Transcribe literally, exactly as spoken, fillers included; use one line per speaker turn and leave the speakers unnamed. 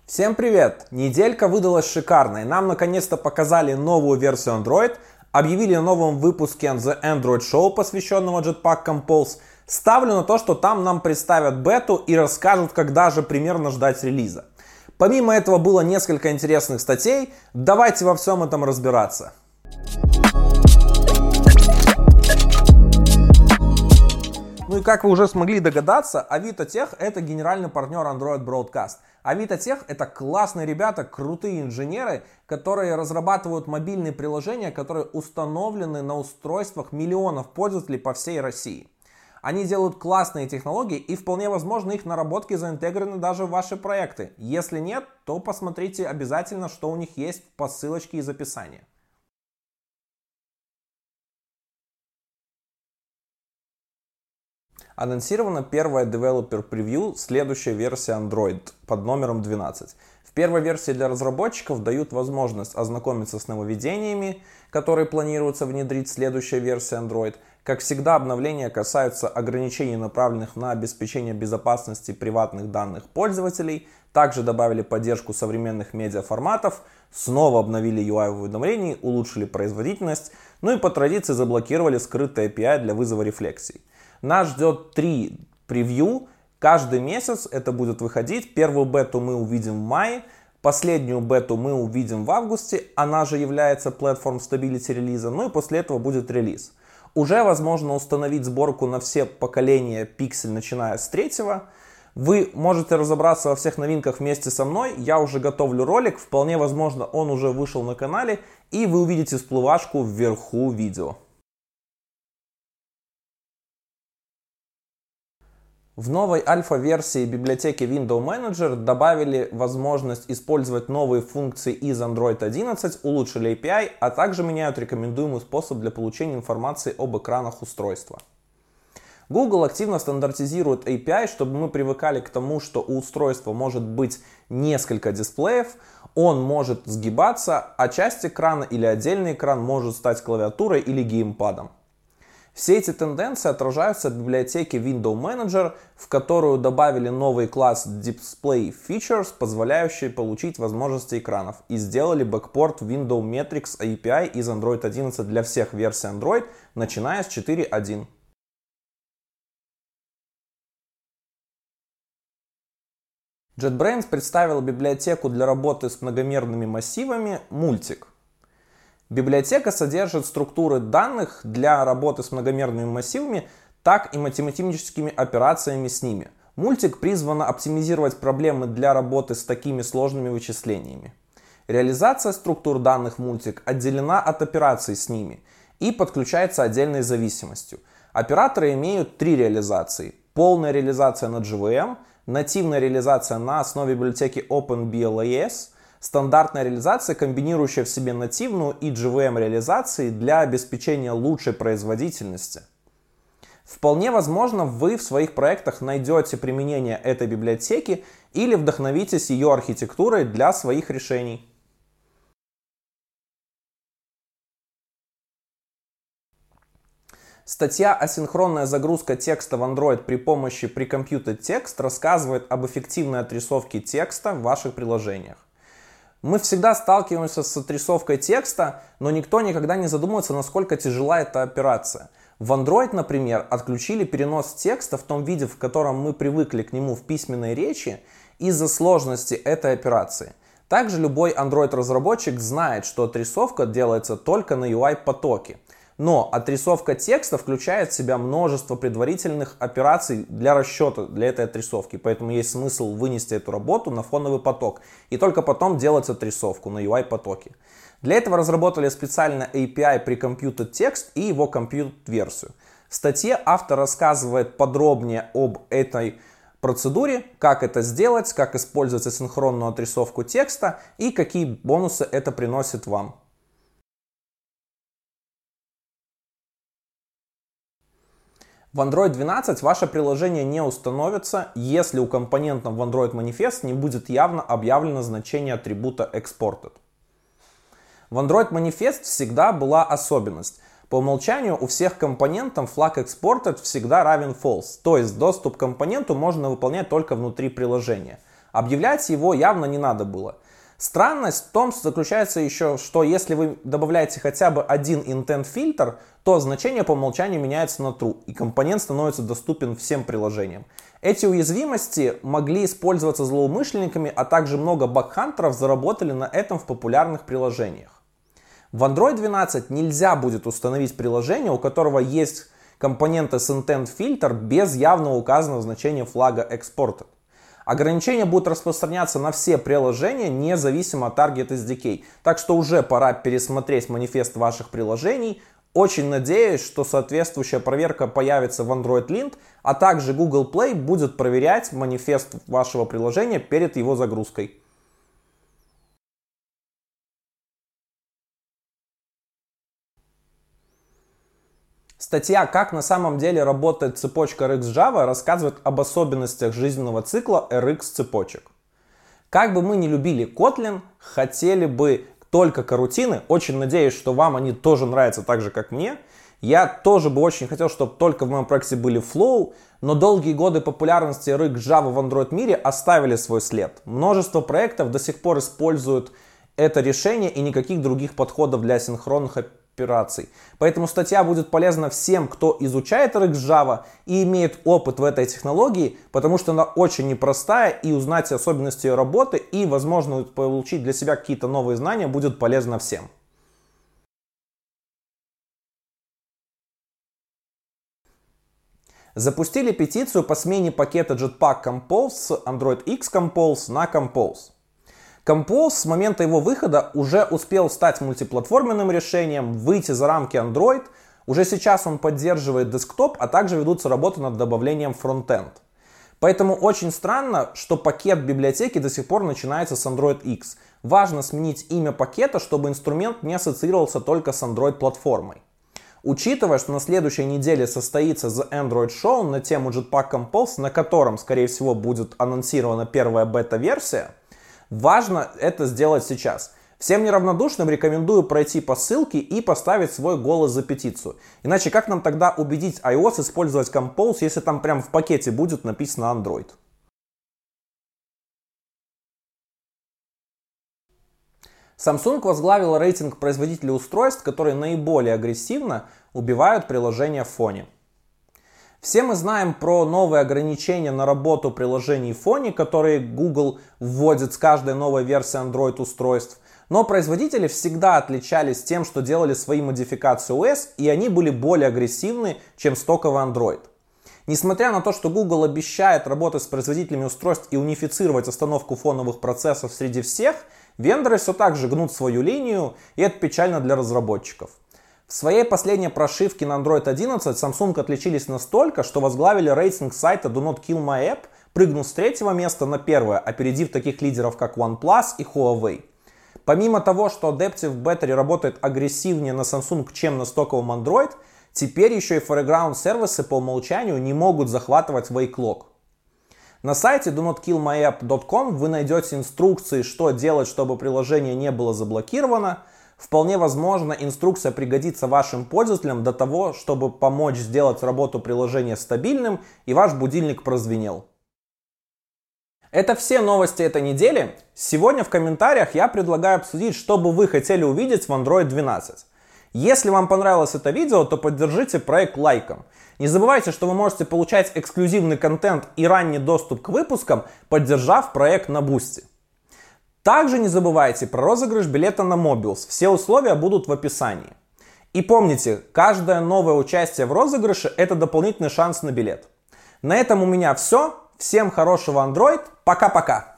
Всем привет! Неделька выдалась шикарной. Нам наконец-то показали новую версию Android, объявили о новом выпуске The Android Show, посвященного Jetpack Compose. Ставлю на то, что там нам представят бету и расскажут, когда же примерно ждать релиза. Помимо этого было несколько интересных статей. Давайте во всем этом разбираться. Ну и как вы уже смогли догадаться, Авито Тех — это генеральный партнер Android Broadcast. Авито Тех — это классные ребята, крутые инженеры, которые разрабатывают мобильные приложения, которые установлены на устройствах миллионов пользователей по всей России. Они делают классные технологии, и вполне возможно их наработки заинтегрированы даже в ваши проекты. Если нет, то посмотрите обязательно, что у них есть по ссылочке из описания. Анонсирована первая Developer Preview, следующая версия Android под номером двенадцать. В первой версии для разработчиков дают возможность ознакомиться с нововведениями, которые планируется внедрить следующая версия Android. Как всегда, обновления касаются ограничений, направленных на обеспечение безопасности приватных данных пользователей. Также добавили поддержку современных медиаформатов, снова обновили ю ай уведомлений, улучшили производительность, ну и по традиции заблокировали скрытый эй пи ай для вызова рефлексий. Нас ждет три превью, каждый месяц это будет выходить. Первую бету мы увидим в мае, последнюю бету мы увидим в августе, она же является Platform Stability релиза, ну и после этого будет релиз. Уже возможно установить сборку на все поколения Pixel, начиная с третьего. Вы можете разобраться во всех новинках вместе со мной, я уже готовлю ролик, вполне возможно он уже вышел на канале, и вы увидите всплывашку вверху видео. В новой альфа-версии библиотеки Window Manager добавили возможность использовать новые функции из Android одиннадцать, улучшили эй пи ай, а также меняют рекомендуемый способ для получения информации об экранах устройства. Google активно стандартизирует эй пи ай, чтобы мы привыкали к тому, что у устройства может быть несколько дисплеев, он может сгибаться, а часть экрана или отдельный экран может стать клавиатурой или геймпадом. Все эти тенденции отражаются в библиотеке Window Manager, в которую добавили новый класс Display Features, позволяющий получить возможности экранов, и сделали бэкпорт Window Metrics эй пи ай из Android одиннадцать для всех версий Android, начиная с четыре точка один. JetBrains представил библиотеку для работы с многомерными массивами Multic. Библиотека содержит структуры данных для работы с многомерными массивами, так и математическими операциями с ними. Multic призвана оптимизировать проблемы для работы с такими сложными вычислениями. Реализация структур данных Multic отделена от операций с ними и подключается отдельной зависимостью. Операторы имеют три реализации. Полная реализация на джи ви эм, нативная реализация на основе библиотеки OpenBLAS, стандартная реализация, комбинирующая в себе нативную и джи ви эм реализации для обеспечения лучшей производительности. Вполне возможно, вы в своих проектах найдете применение этой библиотеки или вдохновитесь ее архитектурой для своих решений. Статья «Асинхронная загрузка текста в Android при помощи Precomputed Text» рассказывает об эффективной отрисовке текста в ваших приложениях. Мы всегда сталкиваемся с отрисовкой текста, но никто никогда не задумывается, насколько тяжела эта операция. В Android, например, отключили перенос текста в том виде, в котором мы привыкли к нему в письменной речи, из-за сложности этой операции. Также любой Android-разработчик знает, что отрисовка делается только на ю ай-потоке. Но отрисовка текста включает в себя множество предварительных операций для расчета для этой отрисовки. Поэтому есть смысл вынести эту работу на фоновый поток и только потом делать отрисовку на ю ай-потоке. Для этого разработали специально эй пи ай Precomputed Text и его Compute-версию. В статье автор рассказывает подробнее об этой процедуре, как это сделать, как использовать асинхронную отрисовку текста и какие бонусы это приносит вам. В Android двенадцать ваше приложение не установится, если у компонентов в Android Manifest не будет явно объявлено значение атрибута Exported. В Android Manifest всегда была особенность. По умолчанию у всех компонентов флаг Exported всегда равен false, то есть доступ к компоненту можно выполнять только внутри приложения. Объявлять его явно не надо было. Странность в том заключается еще, что если вы добавляете хотя бы один intent фильтр, то значение по умолчанию меняется на true, и компонент становится доступен всем приложениям. Эти уязвимости могли использоваться злоумышленниками, а также много багхантеров заработали на этом в популярных приложениях. В Android двенадцать нельзя будет установить приложение, у которого есть компоненты с intent фильтр без явно указанного значения флага exported. Ограничения будут распространяться на все приложения, независимо от Target эс ди кей. Так что уже пора пересмотреть манифест ваших приложений. Очень надеюсь, что соответствующая проверка появится в Android Lint, а также Google Play будет проверять манифест вашего приложения перед его загрузкой. Статья «Как на самом деле работает цепочка эр икс Java» рассказывает об особенностях жизненного цикла эр икс цепочек. Как бы мы ни любили Kotlin, хотели бы только карутины, очень надеюсь, что вам они тоже нравятся так же, как мне. Я тоже бы очень хотел, чтобы только в моем проекте были Flow, но долгие годы популярности эр икс Java в Android мире оставили свой след. Множество проектов до сих пор используют это решение и никаких других подходов для синхронных операций. Поэтому статья будет полезна всем, кто изучает эр икс Java и имеет опыт в этой технологии, потому что она очень непростая, и узнать особенности ее работы и, возможно, получить для себя какие-то новые знания будет полезно всем. Запустили петицию по смене пакета Jetpack Compose с Android X Compose на Compose. Compose с момента его выхода уже успел стать мультиплатформенным решением, выйти за рамки Android. Уже сейчас он поддерживает десктоп, а также ведутся работы над добавлением фронтенд. Поэтому очень странно, что пакет библиотеки до сих пор начинается с Android X. Важно сменить имя пакета, чтобы инструмент не ассоциировался только с Android-платформой. Учитывая, что на следующей неделе состоится The Android Show на тему Jetpack Compose, на котором, скорее всего, будет анонсирована первая бета-версия, важно это сделать сейчас. Всем неравнодушным рекомендую пройти по ссылке и поставить свой голос за петицию. Иначе как нам тогда убедить iOS использовать Compose, если там прям в пакете будет написано Android? Samsung возглавила рейтинг производителей устройств, которые наиболее агрессивно убивают приложения в фоне. Все мы знаем про новые ограничения на работу приложений в фоне, которые Google вводит с каждой новой версией Android устройств. Но производители всегда отличались тем, что делали свои модификации о эс, и они были более агрессивны, чем стоковый Android. Несмотря на то, что Google обещает работать с производителями устройств и унифицировать остановку фоновых процессов среди всех, вендоры все так же гнут свою линию, и это печально для разработчиков. В своей последней прошивке на Android одиннадцать Samsung отличились настолько, что возглавили рейтинг сайта Do Not Kill My App, прыгнув с третьего места на первое, опередив таких лидеров, как OnePlus и Huawei. Помимо того, что Adaptive Battery работает агрессивнее на Samsung, чем на стоковом Android, теперь еще и foreground сервисы по умолчанию не могут захватывать wake lock. На сайте do not kill my app dot com вы найдете инструкции, что делать, чтобы приложение не было заблокировано. Вполне возможно, инструкция пригодится вашим пользователям для того, чтобы помочь сделать работу приложения стабильным и ваш будильник прозвенел. Это все новости этой недели. Сегодня в комментариях я предлагаю обсудить, что бы вы хотели увидеть в Android двенадцать. Если вам понравилось это видео, то поддержите проект лайком. Не забывайте, что вы можете получать эксклюзивный контент и ранний доступ к выпускам, поддержав проект на Boosty. Также не забывайте про розыгрыш билета на Mobius. Все условия будут в описании. И помните, каждое новое участие в розыгрыше – это дополнительный шанс на билет. На этом у меня все. Всем хорошего Android. Пока-пока.